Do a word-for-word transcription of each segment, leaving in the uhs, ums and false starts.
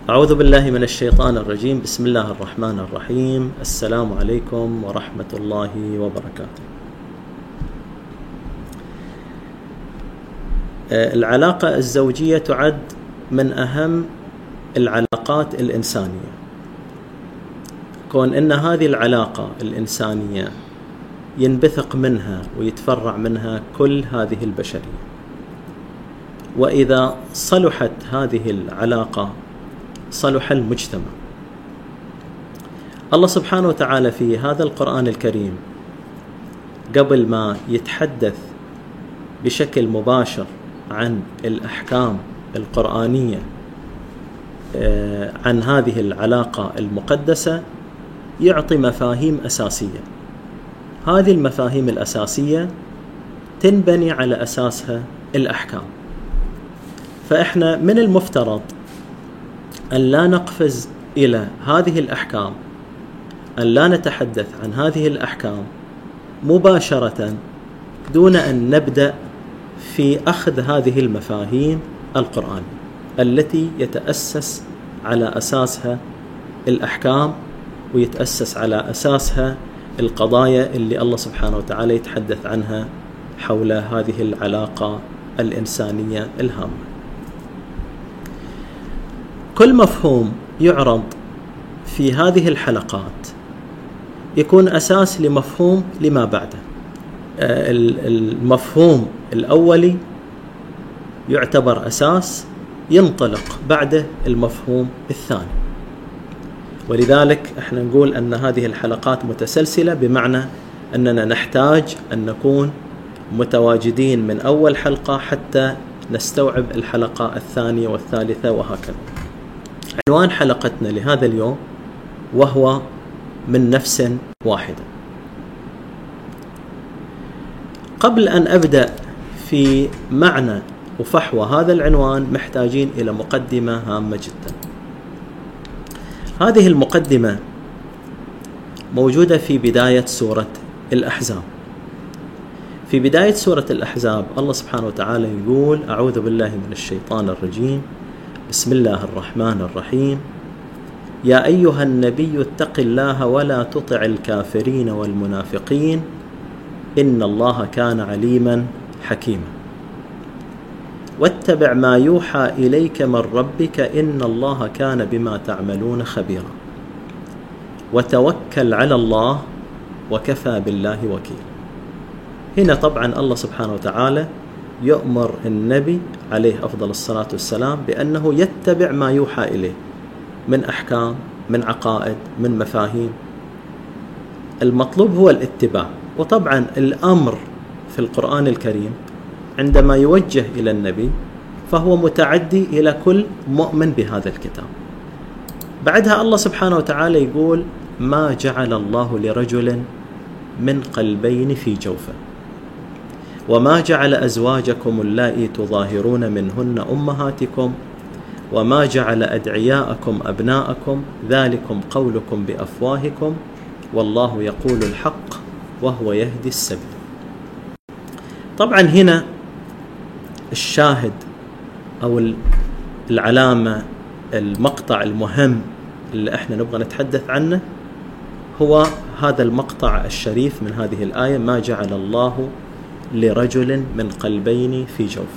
أعوذ بالله من الشيطان الرجيم. بسم الله الرحمن الرحيم. السلام عليكم ورحمة الله وبركاته. العلاقة الزوجية تعد من أهم العلاقات الإنسانية، كون أن هذه العلاقة الإنسانية ينبثق منها ويتفرع منها كل هذه البشرية، وإذا صلحت هذه العلاقة صلح المجتمع. الله سبحانه وتعالى في هذا القرآن الكريم قبل ما يتحدث بشكل مباشر عن الأحكام القرآنية عن هذه العلاقة المقدسة يعطي مفاهيم أساسية. هذه المفاهيم الأساسية تنبني على أساسها الأحكام. فإحنا من المفترض أن لا نقفز إلى هذه الأحكام، أن لا نتحدث عن هذه الأحكام مباشرة دون أن نبدأ في أخذ هذه المفاهيم القرآنية التي يتأسس على أساسها الأحكام ويتأسس على أساسها القضايا اللي الله سبحانه وتعالى يتحدث عنها حول هذه العلاقة الإنسانية الهامة. كل مفهوم يعرض في هذه الحلقات يكون أساس لمفهوم لما بعده. المفهوم الأولي يعتبر أساس ينطلق بعده المفهوم الثاني، ولذلك احنا نقول أن هذه الحلقات متسلسلة، بمعنى أننا نحتاج أن نكون متواجدين من أول حلقة حتى نستوعب الحلقة الثانية والثالثة وهكذا. عنوان حلقتنا لهذا اليوم وهو من نفس واحدة. قبل أن أبدأ في معنى وفحوى هذا العنوان محتاجين إلى مقدمة هامة جدا. هذه المقدمة موجودة في بداية سورة الأحزاب. في بداية سورة الأحزاب الله سبحانه وتعالى يقول: أعوذ بالله من الشيطان الرجيم، بسم الله الرحمن الرحيم، يا أيها النبي اتق الله ولا تطع الكافرين والمنافقين إن الله كان عليما حكيما، واتبع ما يوحى إليك من ربك إن الله كان بما تعملون خبيرا، وتوكل على الله وكفى بالله وكيلا. هنا طبعا الله سبحانه وتعالى يؤمر النبي عليه أفضل الصلاة والسلام بأنه يتبع ما يوحى إليه من أحكام، من عقائد، من مفاهيم. المطلوب هو الاتباع. وطبعا الأمر في القرآن الكريم عندما يوجه إلى النبي فهو متعدي إلى كل مؤمن بهذا الكتاب. بعدها الله سبحانه وتعالى يقول: ما جعل الله لرجل من قلبين في جوفه، وما جعل أزواجكم اللائي تظاهرون منهن أمهاتكم، وما جعل أدعياءكم أبناءكم، ذلكم قولكم بأفواهكم، والله يقول الحق وهو يهدي السبيل. طبعا هنا الشاهد أو العلامة، المقطع المهم اللي احنا نبغى نتحدث عنه هو هذا المقطع الشريف من هذه الآية: ما جعل الله لرجل من قلبين في جوفه.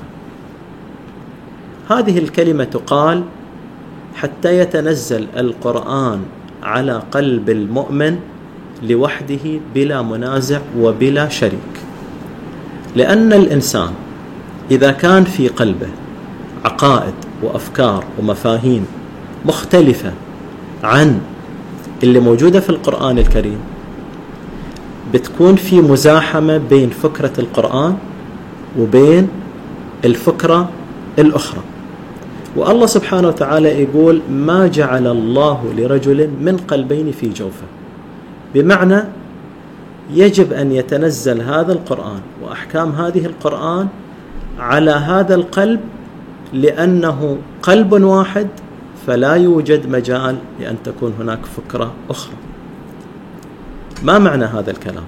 هذه الكلمة تقال حتى يتنزل القرآن على قلب المؤمن لوحده بلا منازع وبلا شريك. لأن الإنسان إذا كان في قلبه عقائد وأفكار ومفاهيم مختلفة عن اللي موجودة في القرآن الكريم بتكون في مزاحمة بين فكرة القرآن وبين الفكرة الأخرى. والله سبحانه وتعالى يقول: ما جعل الله لرجل من قلبين في جوفه، بمعنى يجب أن يتنزل هذا القرآن وأحكام هذه القرآن على هذا القلب، لأنه قلب واحد فلا يوجد مجال لأن تكون هناك فكرة أخرى. ما معنى هذا الكلام؟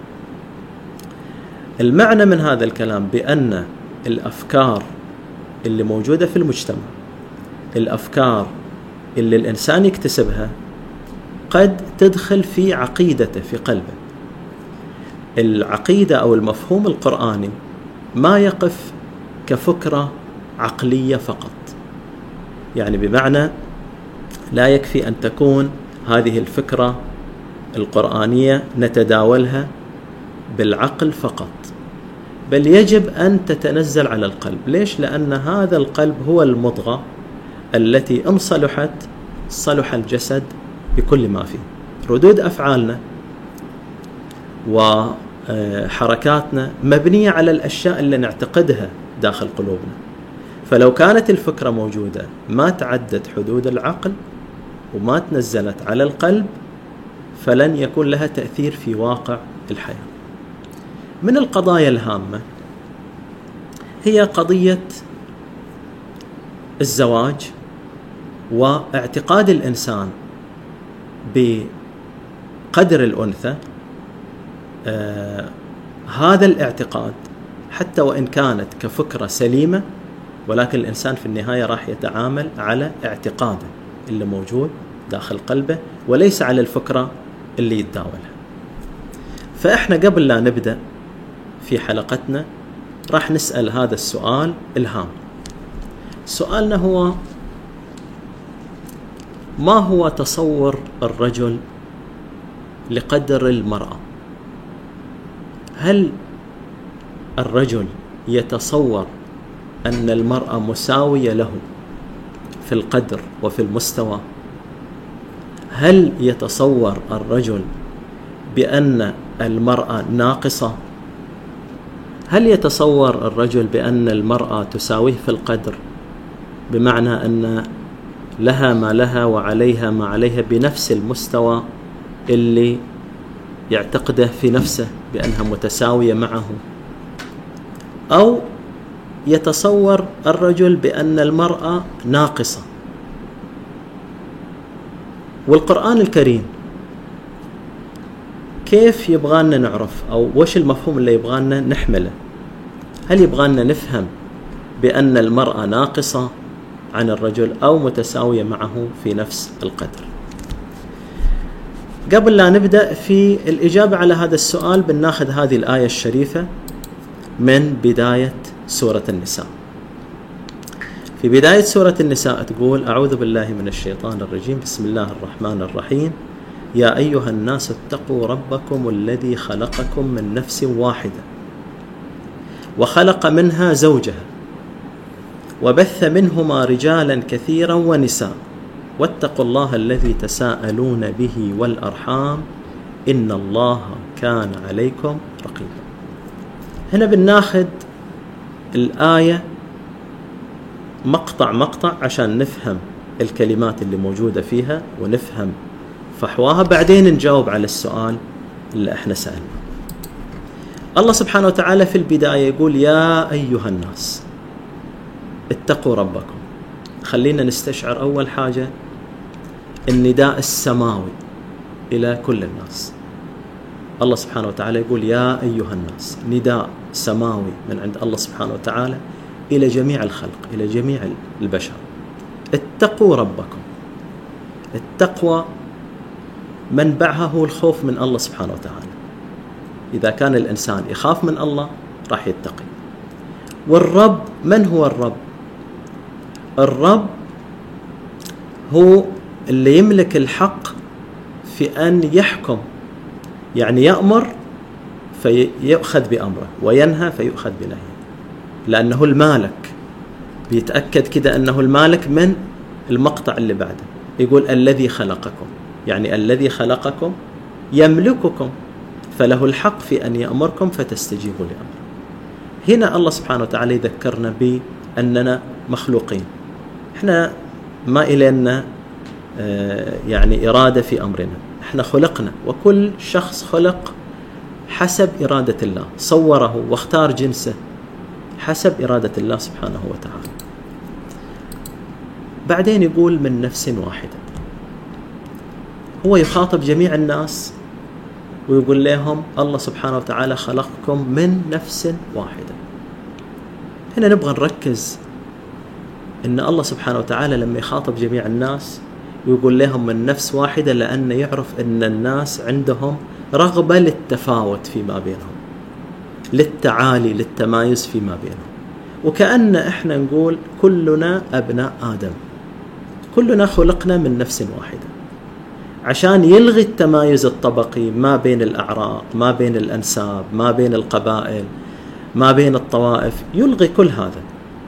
المعنى من هذا الكلام بأن الأفكار اللي موجودة في المجتمع، الأفكار اللي الإنسان يكتسبها قد تدخل في عقيدته في قلبه. العقيدة أو المفهوم القرآني ما يقف كفكرة عقلية فقط، يعني بمعنى لا يكفي أن تكون هذه الفكرة القرآنية نتداولها بالعقل فقط، بل يجب أن تتنزل على القلب. ليش؟ لأن هذا القلب هو المضغة التي إن صلحت صلح الجسد بكل ما فيه. ردود أفعالنا وحركاتنا مبنية على الأشياء اللي نعتقدها داخل قلوبنا، فلو كانت الفكرة موجودة ما تعدت حدود العقل وما تنزلت على القلب فلن يكون لها تأثير في واقع الحياة. من القضايا الهامة هي قضية الزواج واعتقاد الإنسان بقدر الأنثى. آه هذا الاعتقاد حتى وإن كانت كفكرة سليمة، ولكن الإنسان في النهاية راح يتعامل على اعتقاده اللي موجود داخل قلبه وليس على الفكرة اللي يتداولها. فإحنا قبل لا نبدأ في حلقتنا راح نسأل هذا السؤال الهام. سؤالنا هو: ما هو تصور الرجل لقدر المرأة؟ هل الرجل يتصور أن المرأة مساوية له في القدر وفي المستوى؟ هل يتصور الرجل بأن المرأة ناقصة؟ هل يتصور الرجل بأن المرأة تساويه في القدر، بمعنى أن لها ما لها وعليها ما عليها بنفس المستوى اللي يعتقده في نفسه بأنها متساوية معه؟ أو يتصور الرجل بأن المرأة ناقصة؟ والقرآن الكريم كيف يبغانا نعرف، أو وش المفهوم اللي يبغانا نحمله؟ هل يبغانا نفهم بأن المرأة ناقصة عن الرجل أو متساوية معه في نفس القدر؟ قبل لا نبدأ في الإجابة على هذا السؤال بناخذ هذه الآية الشريفة من بداية سورة النساء. في بداية سورة النساء تقول: أعوذ بالله من الشيطان الرجيم، بسم الله الرحمن الرحيم، يا أيها الناس اتقوا ربكم الذي خلقكم من نفس واحدة وخلق منها زوجها وبث منهما رجالا كثيرا ونساء واتقوا الله الذي تساءلون به والأرحام إن الله كان عليكم رقيبا. هنا بناخذ الآية مقطع مقطع عشان نفهم الكلمات اللي موجودة فيها ونفهم فحواها، بعدين نجاوب على السؤال اللي احنا سألنا. الله سبحانه وتعالى في البداية يقول: يا أيها الناس اتقوا ربكم. خلينا نستشعر أول حاجة النداء السماوي إلى كل الناس. الله سبحانه وتعالى يقول: يا أيها الناس، نداء سماوي من عند الله سبحانه وتعالى إلى جميع الخلق، إلى جميع البشر. اتقوا ربكم. التقوى منبعها هو الخوف من الله سبحانه وتعالى. إذا كان الإنسان يخاف من الله راح يتقي. والرب، من هو الرب؟ الرب هو اللي يملك الحق في أن يحكم، يعني يأمر فيؤخذ بأمره وينهى فيؤخذ بنهيه، لأنه المالك. بيتأكد كده أنه المالك من المقطع اللي بعده، يقول: الذي خلقكم، يعني الذي خلقكم يملككم فله الحق في أن يأمركم فتستجيبوا لأمره. هنا الله سبحانه وتعالى يذكرنا بأننا مخلوقين، احنا ما إلينا يعني إرادة في أمرنا، احنا خلقنا، وكل شخص خلق حسب إرادة الله، صوره واختار جنسه حسب إرادة الله سبحانه وتعالى. بعدين يقول: من نفس واحدة. هو يخاطب جميع الناس ويقول لهم: الله سبحانه وتعالى خلقكم من نفس واحدة. هنا نبغى نركز إن الله سبحانه وتعالى لما يخاطب جميع الناس ويقول لهم من نفس واحدة، لأنه يعرف أن الناس عندهم رغبة للتفاوت فيما بينهم، للتعالي، للتمايز فيما بينهم. وكأن إحنا نقول كلنا أبناء آدم، كلنا خلقنا من نفس واحدة، عشان يلغي التمايز الطبقي ما بين الأعراق، ما بين الأنساب، ما بين القبائل، ما بين الطوائف، يلغي كل هذا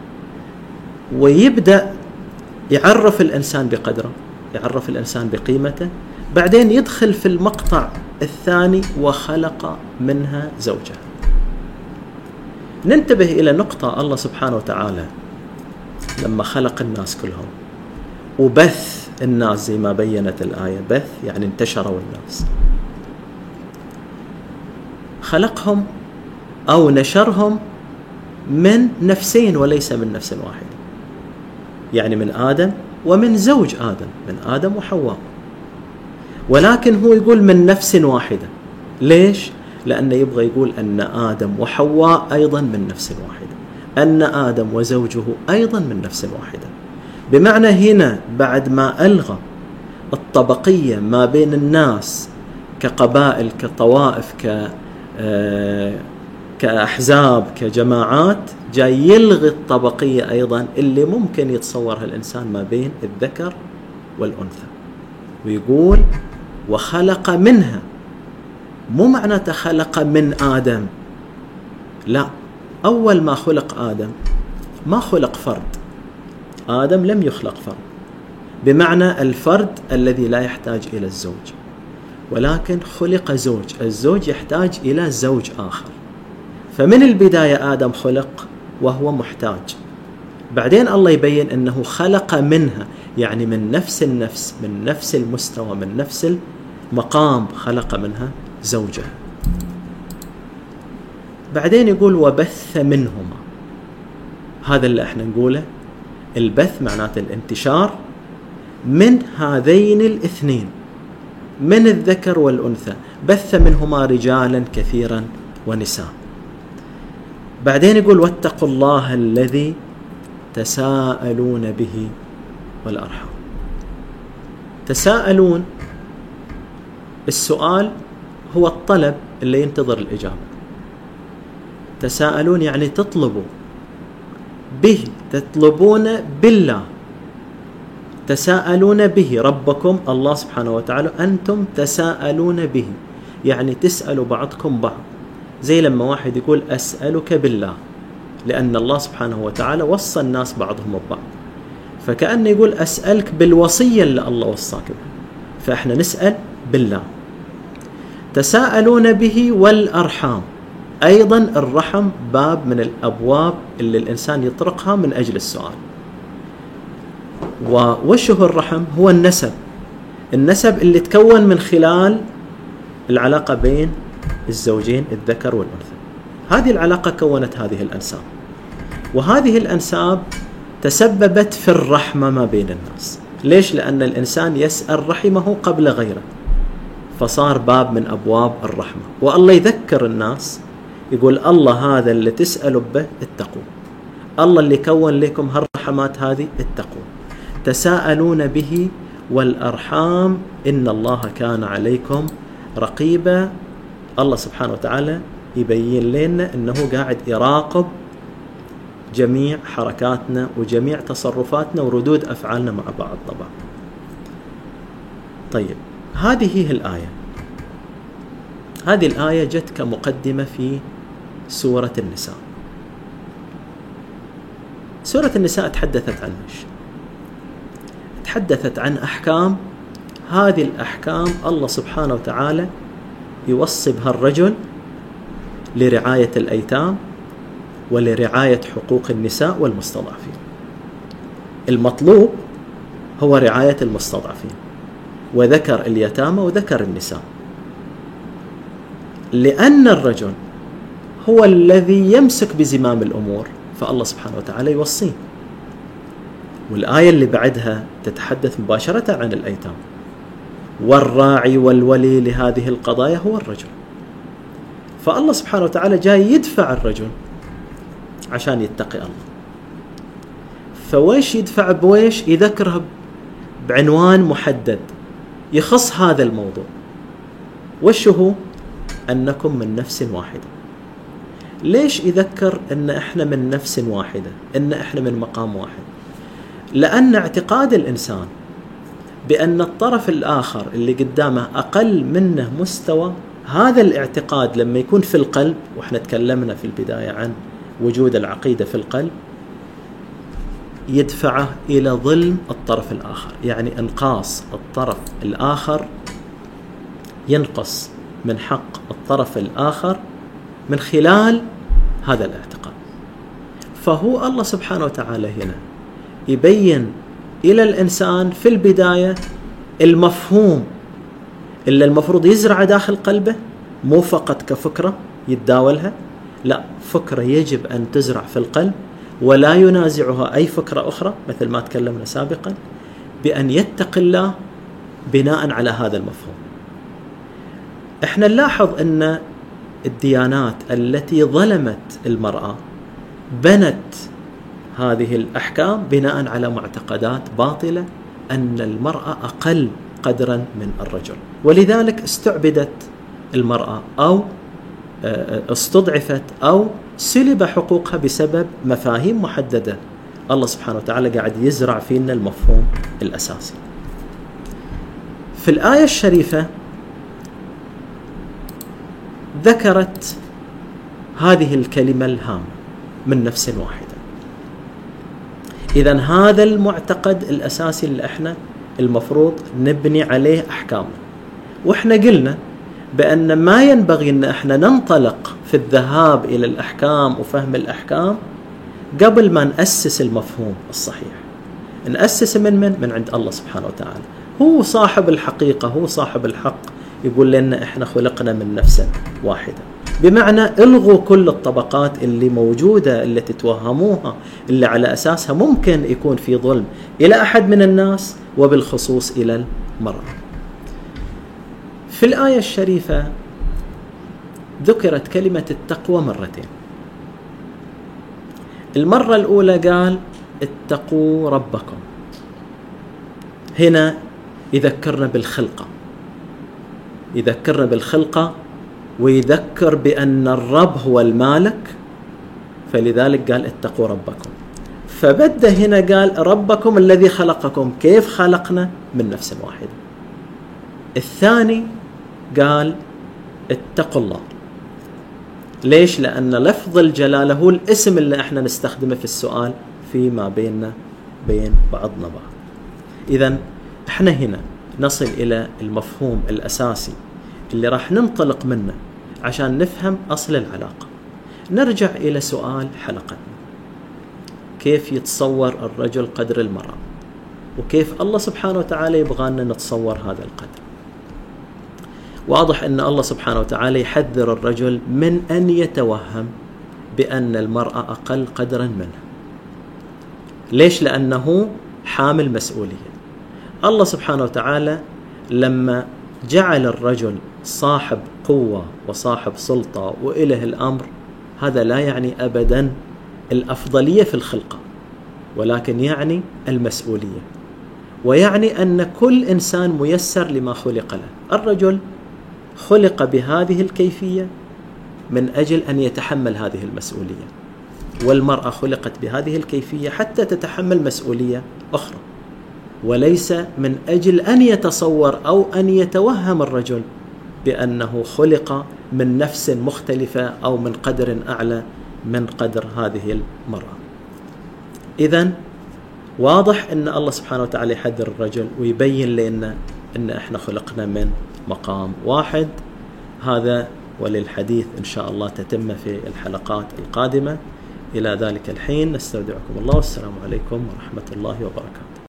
ويبدأ يعرف الإنسان بقدره، يعرف الإنسان بقيمته. بعدين يدخل في المقطع الثاني وخلق منها زوجها. ننتبه إلى نقطة، الله سبحانه وتعالى لما خلق الناس كلهم وبث الناس زي ما بينت الآية، بث يعني انتشروا الناس، خلقهم أو نشرهم من نفسين وليس من نفس واحدة، يعني من آدم ومن زوج آدم، من آدم وحواء. ولكن هو يقول من نفس واحدة. ليش؟ لأنه يبغى يقول أن آدم وحواء أيضا من نفس واحدة، أن آدم وزوجه أيضا من نفس واحدة. بمعنى هنا بعد ما ألغى الطبقية ما بين الناس كقبائل، كطوائف، ك كأحزاب، كجماعات، جاي يلغي الطبقية أيضا اللي ممكن يتصورها الإنسان ما بين الذكر والأنثى، ويقول وخلق منها. مو معناته خلق من آدم، لا، أول ما خلق آدم ما خلق فرد، آدم لم يخلق فرد بمعنى الفرد الذي لا يحتاج إلى الزوج، ولكن خلق زوج، الزوج يحتاج إلى زوج آخر. فمن البداية آدم خلق وهو محتاج، بعدين الله يبين أنه خلق منها، يعني من نفس النفس، من نفس المستوى، من نفس المقام، خلق منها زوجها. بعدين يقول وبث منهما. هذا اللي احنا نقوله، البث معناته الانتشار من هذين الاثنين، من الذكر والأنثى، بث منهما رجالا كثيرا ونساء. بعدين يقول واتقوا الله الذي تساءلون به والأرحام. تساءلون، السؤال هو الطلب اللي ينتظر الإجابة. تساءلون يعني تطلبوا به، تطلبون بالله، تساءلون به، ربكم الله سبحانه وتعالى، أنتم تساءلون به، يعني تسألوا بعضكم بعض. زي لما واحد يقول أسألك بالله، لأن الله سبحانه وتعالى وصى الناس بعضهم ببعض، فكأنه يقول أسألك بالوصية اللي الله وصاك بها، فإحنا نسأل بالله. تساءلون به والأرحام، أيضا الرحم باب من الأبواب اللي الإنسان يطرقها من أجل السؤال. ووشه الرحم هو النسب، النسب اللي تكون من خلال العلاقة بين الزوجين الذكر والأنثى. هذه العلاقة كونت هذه الأنساب، وهذه الأنساب تسببت في الرحمة ما بين الناس. ليش؟ لأن الإنسان يسأل رحمه قبل غيره، فصار باب من أبواب الرحمة. والله يذكر الناس، يقول الله هذا اللي تسألوا به اتقوا، الله اللي كون لكم هالرحمات هذه اتقوا. تساءلون به والأرحام إن الله كان عليكم رقيبا. الله سبحانه وتعالى يبين لنا أنه قاعد يراقب جميع حركاتنا وجميع تصرفاتنا وردود أفعالنا مع بعض طبعا. طيب، هذه هي الآية. هذه الآية جت كمقدمة في سورة النساء. سورة النساء تحدثت عن ايش؟ تحدثت عن أحكام. هذه الأحكام الله سبحانه وتعالى يوصي بها الرجل لرعاية الأيتام ولرعاية حقوق النساء والمستضعفين. المطلوب هو رعاية المستضعفين، وذكر اليتامى وذكر النساء، لأن الرجل هو الذي يمسك بزمام الأمور، فالله سبحانه وتعالى يوصيه. والآية اللي بعدها تتحدث مباشرة عن الأيتام، والراعي والولي لهذه القضايا هو الرجل. فالله سبحانه وتعالى جاي يدفع الرجل عشان يتقي الله. فويش يدفع بويش؟ يذكره بعنوان محدد يخص هذا الموضوع. وش هو؟ أنكم من نفس واحدة. ليش يذكر أن إحنا من نفس واحدة، أن إحنا من مقام واحد؟ لأن اعتقاد الإنسان بأن الطرف الآخر اللي قدامه أقل منه مستوى، هذا الاعتقاد لما يكون في القلب، وإحنا تكلمنا في البداية عن وجود العقيدة في القلب، يدفعه إلى ظلم الطرف الآخر، يعني انقاص الطرف الآخر، ينقص من حق الطرف الآخر من خلال هذا الاعتقاد. فهو الله سبحانه وتعالى هنا يبين إلى الإنسان في البداية المفهوم اللي المفروض يزرع داخل قلبه، مو فقط كفكرة يتداولها، لا، فكرة يجب أن تزرع في القلب ولا ينازعها أي فكرة أخرى، مثل ما تكلمنا سابقا، بأن يتقي الله بناء على هذا المفهوم. احنا نلاحظ أن الديانات التي ظلمت المرأة بنت هذه الأحكام بناء على معتقدات باطلة أن المرأة أقل قدرا من الرجل، ولذلك استعبدت المرأة أو استضعفت أو سلب حقوقها بسبب مفاهيم محددة. الله سبحانه وتعالى قاعد يزرع فينا المفهوم الأساسي. في الآية الشريفة ذكرت هذه الكلمة الهامة من نفس واحدة. إذن هذا المعتقد الأساسي اللي احنا المفروض نبني عليه أحكامنا. وإحنا قلنا بأن ما ينبغي أن احنا ننطلق في الذهاب إلى الأحكام وفهم الأحكام قبل ما نأسس المفهوم الصحيح. نأسس من من؟ من عند الله سبحانه وتعالى، هو صاحب الحقيقة، هو صاحب الحق، يقول لنا احنا خلقنا من نفس واحدة. بمعنى الغوا كل الطبقات اللي موجودة اللي تتوهموها، اللي على أساسها ممكن يكون في ظلم إلى أحد من الناس، وبالخصوص إلى المرأة. في الآية الشريفة ذكرت كلمة التقوى مرتين. المرة الأولى قال اتقوا ربكم، هنا يذكرنا بالخلقة، يذكرنا بالخلقة ويذكر بأن الرب هو المالك، فلذلك قال اتقوا ربكم. فبدأ هنا قال ربكم الذي خلقكم، كيف خلقنا؟ من نفس واحدة. الثاني قال اتقوا الله. ليش؟ لأن لفظ الجلالة هو الاسم اللي احنا نستخدمه في السؤال فيما بيننا بين بعضنا بعض. إذن احنا هنا نصل إلى المفهوم الأساسي اللي راح ننطلق منه عشان نفهم أصل العلاقة. نرجع إلى سؤال حلقتنا: كيف يتصور الرجل قدر المرأة؟ وكيف الله سبحانه وتعالى يبغانا نتصور هذا القدر؟ واضح أن الله سبحانه وتعالى يحذر الرجل من أن يتوهم بأن المرأة أقل قدرا منه. ليش؟ لأنه حامل مسؤولية. الله سبحانه وتعالى لما جعل الرجل صاحب قوة وصاحب سلطة وإله الأمر، هذا لا يعني أبدا الأفضلية في الخلقة، ولكن يعني المسؤولية، ويعني أن كل إنسان ميسر لما خلق له. الرجل خلق بهذه الكيفية من أجل أن يتحمل هذه المسؤولية، والمرأة خلقت بهذه الكيفية حتى تتحمل مسؤولية أخرى، وليس من أجل أن يتصور أو أن يتوهم الرجل بأنه خلق من نفس مختلفة أو من قدر أعلى من قدر هذه المرأة. إذن واضح أن الله سبحانه وتعالى يحذر الرجل ويبين لنا أن إحنا خلقنا من مقام واحد. هذا وللحديث إن شاء الله تتم في الحلقات القادمة. إلى ذلك الحين نستودعكم الله، والسلام عليكم ورحمة الله وبركاته.